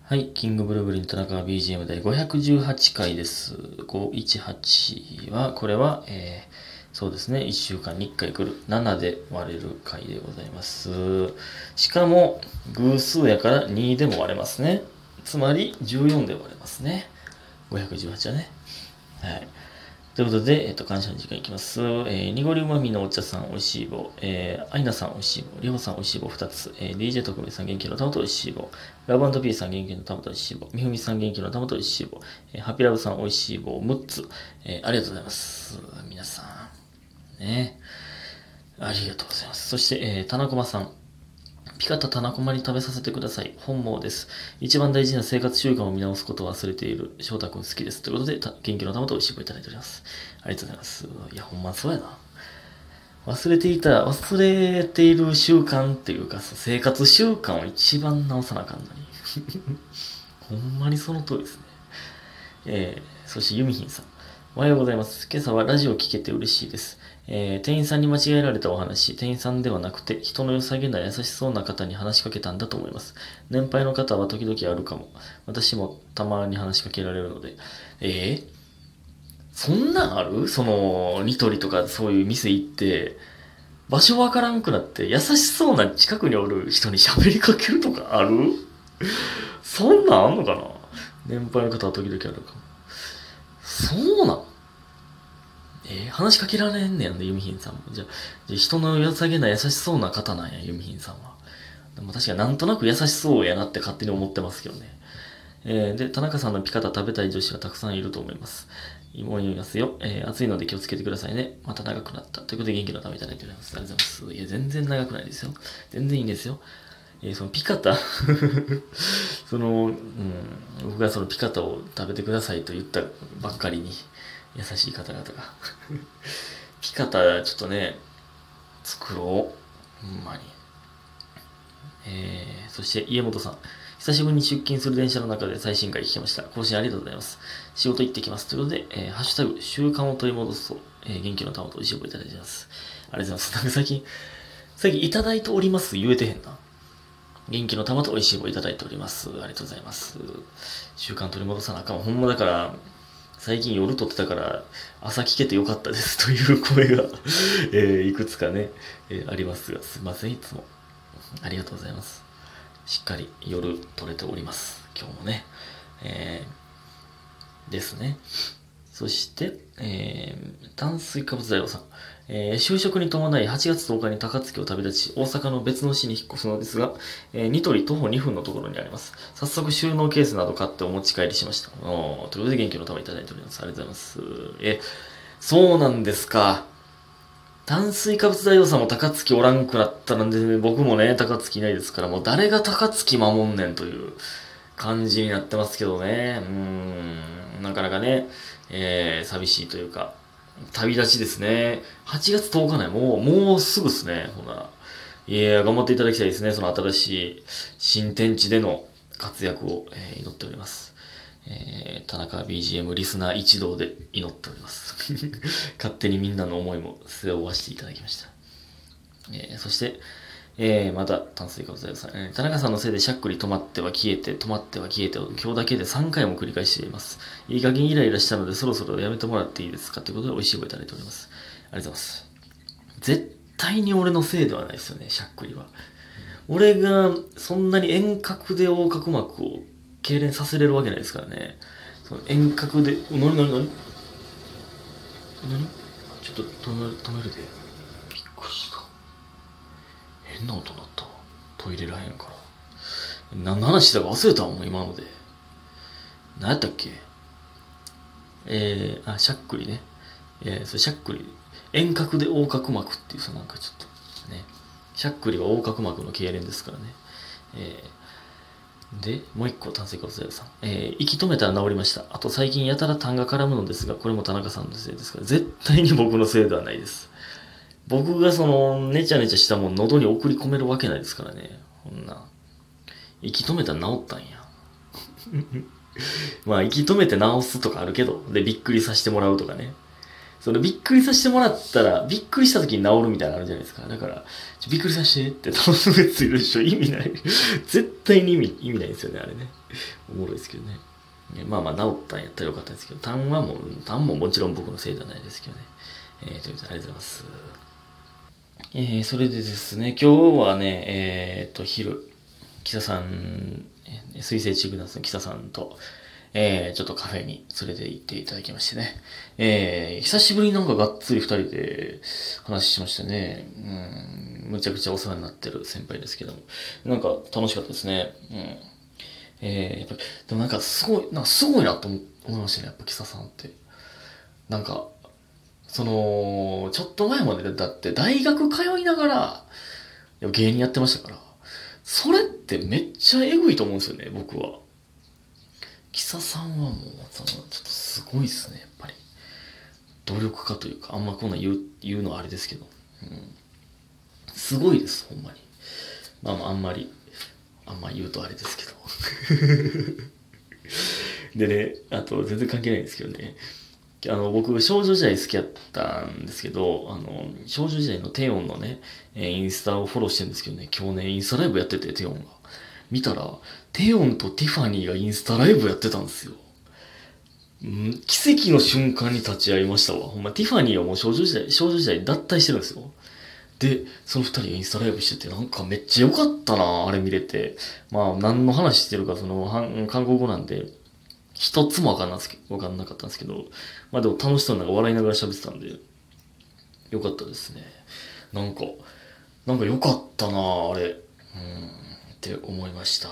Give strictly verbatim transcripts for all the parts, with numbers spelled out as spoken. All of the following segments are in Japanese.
はい、キングブルーブリン田中 ビージーエム 第ごひゃくじゅうはちかいです。ごひゃくじゅうはちは、これは、えー、そうですね、いっしゅうかんにいっかい来るななで割れる回でございます。しかも、偶数やからにでも割れますね。つまり、じゅうよんで割れますね。ごひゃくじゅうはちはね。はい。ということで、えっと、感謝の時間いきます。えー、にごりうまみのお茶さん、おいしい棒。えー、アイナさん、おいしい棒。りほさん、おいしい棒ふたつ。えー、ディージェー 特命さん、元気の玉とおいしい棒。ラブ &P さん、元気の玉とおいしい棒。みふみさん、元気の玉とおいしい棒。えー、ハッピーラブさん、おいしい棒むっつ。えー、ありがとうございます。皆さん。ね。ありがとうございます。そして、えー、田中駒さん。ピカタタナコマに食べさせてください。本望です。一番大事な生活習慣を見直すことを忘れている翔太くん好きです。ということで、元気の玉とおいしい棒いただいております。ありがとうございます。いや、ほんまそうやな。忘れていた、忘れている習慣っていうか、生活習慣を一番直さなあかんのに。ほんまにその通りですね。えー、そしてユミヒンさん。おはようございます。今朝はラジオ聞けて嬉しいです。えー、店員さんに間違えられたお話、店員さんではなくて、人の良さげな優しそうな方に話しかけたんだと思います。年配の方は時々あるかも。私もたまに話しかけられるので。えー、そんなんあるその、ニトリとかそういう店行って、場所わからんくなって優しそうな近くにおる人に喋りかけるとかあるそんなんあんのかな。年配の方は時々あるかも。そうなんえー、話しかけられんねやんね、ユミヒンさんも。じゃあ、じゃあ人の良さげな優しそうな方なんや、ユミヒンさんは。でも確かになんとなく優しそうやなって勝手に思ってますけどね。えー、で、田中さんのピカタ食べたい女子はたくさんいると思います。思いますよ。えー、暑いので気をつけてくださいね。また長くなった。ということで元気のためいただいております。ありがとうございます。いや、全然長くないですよ。全然いいんですよ。えー、そのピカタその、うん、僕がそのピカタを食べてくださいと言ったばっかりに、優しい方々がピカタ、ちょっとね、作ろう。ほんまに。えー、そして家元さん。久しぶりに出勤する電車の中で最新回聞きました。更新ありがとうございます。仕事行ってきます。ということで、えー、ハッシュタグ、習慣を取り戻すと、えー、元気の玉と石をいただいてます。ありがとうございます。なんか最近、最近いただいております言えてへんな。元気の玉と美味しい棒いただいております。ありがとうございます。習慣取り戻さなあかん。ほんまだから、最近夜撮ってたから朝聞けてよかったですという声がえー、いくつかね、えー、ありますが、すいません、いつも。ありがとうございます。しっかり夜撮れております。今日もね。えー、ですね。そして、えー、炭水化物大王さん。えー、就職に伴いはちがつとおかに高槻を旅立ち、大阪の別の市に引っ越すのですが、えー、ニトリ徒歩にふんのところにあります。早速収納ケースなど買ってお持ち帰りしました。おー、ということで元気の玉いただいております。ありがとうございます。え、そうなんですか。炭水化物大王さんも高槻おらんくなったらで、ね、僕もね、高槻いないですから、もう誰が高槻守んねんという感じになってますけどね。うーん、なかなかね、えー、寂しいというか、旅立ちですね。はちがつとおかね、もう、もうすぐですね。ほな。いや、頑張っていただきたいですね。その新しい新天地での活躍を、えー祈っております。えー、田中 ビージーエム リスナー一同で祈っております。勝手にみんなの思いも背負わせていただきました。えー、そして、えー、また炭水化物大王さん、えー、田中さんのせいでしゃっくり止まっては消えて、止まっては消えて、今日だけでさんかいも繰り返しています。いい加減イライラしたのでそろそろやめてもらっていいですかということで美味しい声いただいております。ありがとうございます。絶対に俺のせいではないですよね、しゃっくりは。俺がそんなに遠隔で横隔膜を痙攣させれるわけないですからね。その遠隔で、なになになになにちょっと止める、止めるで。びっくりした。変な音だった。トイレらへんから。何の話だか忘れたわ、もう今ので。何やったっけえー、あ、しゃっくりね。えー、それしゃっくり。遠隔で横隔膜っていうさ、なんかちょっと、ね。しゃっくりは横隔膜の痙攣ですからね。えー、で、もう一個、炭水化物大王さん。えー、息止めたら治りました。あと最近やたら痰が絡むのですが、これも田中さんのせいですから、絶対に僕のせいではないです。僕がその、ねちゃねちゃしたもん喉に送り込めるわけないですからね。こんな。息止めたら治ったんや。まあ、息止めて治すとかあるけど、で、びっくりさせてもらうとかね。 そのびっくりさせてもらったら、びっくりした時に治るみたいなのあるじゃないですか。だから、ちょびっくりさせてって頼むやついるでしょ。意味ない。絶対に意味、意味ないですよね、あれね。おもろいですけどね。まあまあ治ったんやったらよかったんですけど、痰はもう、痰ももちろん僕のせいではないですけどね。えー、ということでありがとうございます。えー、それでですね、今日はね、えー、っと、昼、キサさん、水星チグナスのキサさんと、えー、ちょっとカフェに連れて行っていただきましてね。えー、久しぶりになんかがっつり二人で話しましたね。うん、むちゃくちゃお世話になってる先輩ですけども。なんか楽しかったですね。うん。えー、やっぱり、でもなんかすごい、なんかすごいなと思いましたね、やっぱキサさんって。なんか、その、ちょっと前までだって大学通いながら芸人やってましたから、それってめっちゃエグいと思うんですよね、僕は。キサさんはもう、その、ちょっとすごいですね、やっぱり。努力家というか、あんまこんなん言う、言うのはあれですけど。うん。すごいです、ほんまに。まあまあ、あんまり、あんま言うとあれですけど。でね、あと全然関係ないんですけどね。あの、僕、少女時代好きやったんですけど、あの、少女時代のテオンのね、インスタをフォローしてるんですけどね、今日ね、インスタライブやってて、テオンが。見たら、テオンとティファニーがインスタライブやってたんですよ。うん、奇跡の瞬間に立ち会いましたわ。ほんま、ティファニーはもう少女時代、少女時代脱退してるんですよ。で、その二人がインスタライブしてて、なんかめっちゃ良かったなあれ見れて。まあ、何の話してるか、その、韓国語なんで、一つもわかんなかったんですけど、まあでも楽しそうになんか笑いながら喋ってたんで、よかったですね。なんか、なんか良かったなあれ。うん、って思いました。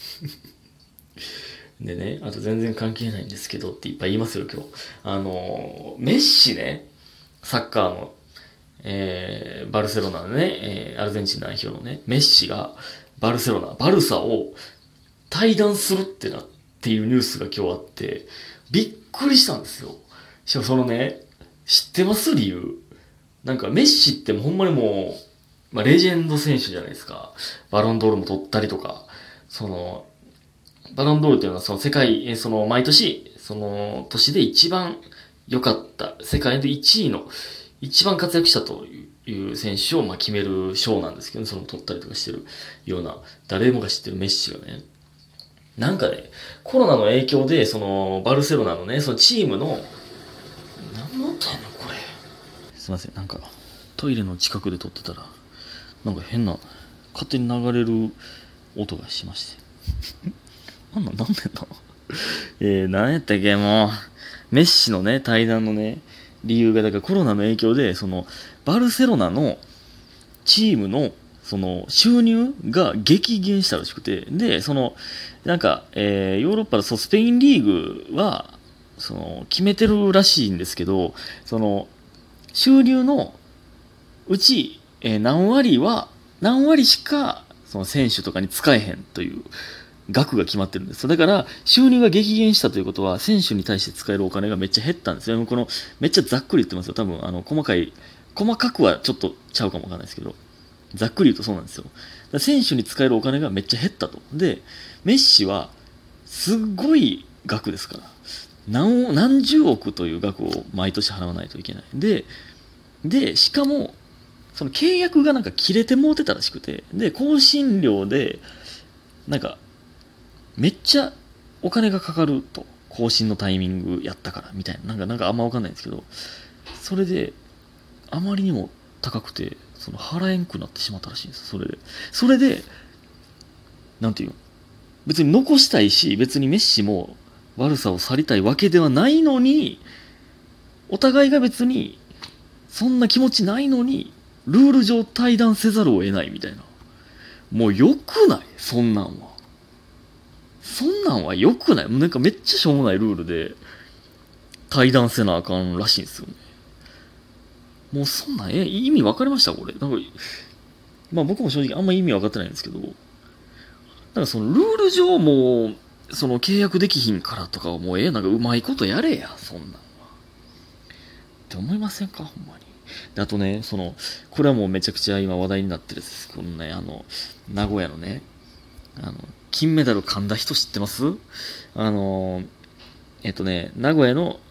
でね、あと全然関係ないんですけどっていっぱい言いますよ、今日。あの、メッシね、サッカーの、えー、バルセロナのね、えー、アルゼンチン代表のね、メッシが、バルセロナ、バルサを退団するってなっていうニュースが今日あって、びっくりしたんですよ。しかもそのね、知ってます理由。なんかメッシってほんまにもう、まあレジェンド選手じゃないですか。バロンドールも取ったりとか、その、バロンドールっていうのはその世界、その毎年、その年で一番良かった、世界でいちいの、一番活躍したという選手をまあ決める賞なんですけど、ね、その取ったりとかしてるような、誰もが知ってるメッシがね、なんかね、コロナの影響で、その、バルセロナのね、そのチームの、何の音やねん、これ。すいません、なんか、トイレの近くで撮ってたら、なんか変な、勝手に流れる音がしまして。なんなん、なんでだえー、何やったっけ、もう。メッシのね、対談のね、理由が、だからコロナの影響で、その、バルセロナのチームの、その、収入が激減したらしくて、で、その、なんか、えー、ヨーロッパのそうスペインリーグは、その、決めてるらしいんですけど、その、収入のうち、えー、何割は、何割しか、その選手とかに使えへんという額が決まってるんです。だから、収入が激減したということは、選手に対して使えるお金がめっちゃ減ったんですよ。この、めっちゃざっくり言ってますよ。多分、あの、細かい、細かくはちょっとちゃうかもわかんないですけど、ざっくり言うとそうなんですよ。選手に使えるお金がめっちゃ減ったと。で、メッシは、すっごい額ですから。何、何十億という額を毎年払わないといけない。で、で、しかも、その契約がなんか切れてもうてたらしくて、で、更新料で、なんか、めっちゃお金がかかると。更新のタイミングやったから、みたいな。なんか、なんかあんまわかんないんですけど、それで、あまりにも高くて、その払えんくなってしまったらしいんです。それで。それで、なんていうの、別に残したいし、別にメッシも悪さを去りたいわけではないのに、お互いが別に、そんな気持ちないのに、ルール上対談せざるを得ないみたいな。もう良くないそんなんは。そんなんは良くないもうなんかめっちゃしょうもないルールで、対談せなあかんらしいんですよね。もうそんなん、え、意味分かりましたこれ。なんか、まあ僕も正直あんま意味分かってないんですけど、なんかそのルール上もう、その契約できひんからとかはもうええ、なんかうまいことやれや、そんなんは。って思いませんかほんまに。であとね、その、これはもうめちゃくちゃ今話題になってるです。このね、あの、名古屋のね、あの、金メダル噛んだ人知ってます？あの、えっとね、名古屋の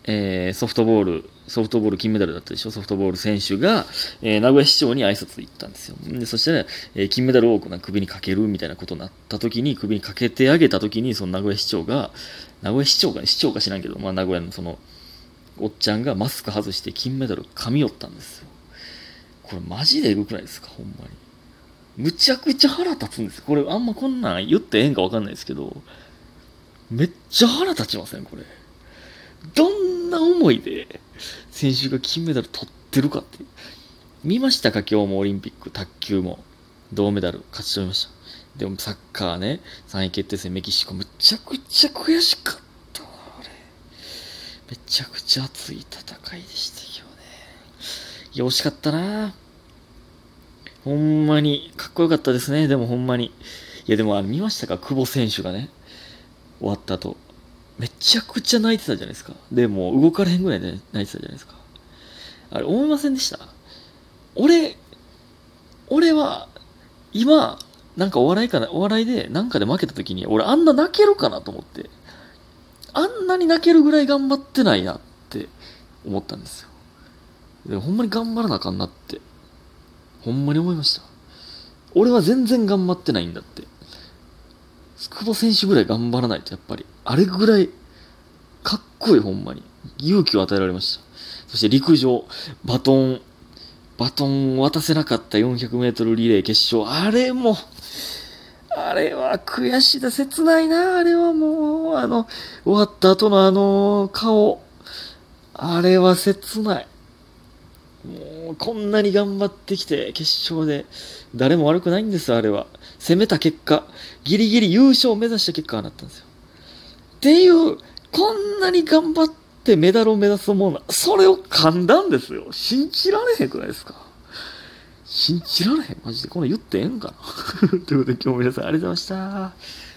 えー、ソフトボール、ソフトボール金メダルだったでしょ、ソフトボール選手が、えー、名古屋市長に挨拶行ったんですよ。で、そしたら、えー、金メダルを首にかけるみたいなことになった時に、首にかけてあげた時に、その名古屋市長が、名古屋市長かね、市長か知らんけど、まあ名古屋のその、おっちゃんがマスク外して金メダル噛み寄ったんですよ。これマジでエグくないですか、ほんまに。むちゃくちゃ腹立つんですよ。これあんまこんなん言ってええんかわかんないですけど、めっちゃ腹立ちませんこれ。どんな思いで選手が金メダル取ってるかっていう。見ましたか今日もオリンピック、卓球も銅メダル勝ち取りました。でもサッカーね、さんい決定戦メキシコむちゃくちゃ悔しかったわ、あれ。めちゃくちゃ熱い戦いでしたよね。いや、惜しかったなほんまに、かっこよかったですね、でもほんまに。いや、でもあの見ましたか久保選手がね、終わった後。めちゃくちゃ泣いてたじゃないですか。で、もう動かれへんぐらいで泣いてたじゃないですか。あれ、思いませんでした俺、俺は、今、なんかお笑いかな、お笑いで、なんかで負けた時に、俺あんな泣けるかなと思って、あんなに泣けるぐらい頑張ってないなって思ったんですよ。で、ほんまに頑張らなあかんなって、ほんまに思いました。俺は全然頑張ってないんだって。久保選手ぐらい頑張らないと、やっぱり、あれぐらい、かっこいい、ほんまに。勇気を与えられました。そして陸上、バトン、バトン渡せなかったよんひゃくメートルリレー決勝。あれも、あれは悔しいだ、切ないな、あれはもう、あの、終わった後のあの顔。あれは切ない。もう、こんなに頑張ってきて、決勝で、誰も悪くないんですよ、あれは。攻めた結果、ギリギリ優勝を目指した結果がなったんですよ。っていう、こんなに頑張ってメダルを目指すものな、それを噛んだんですよ。信じられへんくないですか。信じられへん。マジで。この言ってええんかなということで今日も皆さんありがとうございました。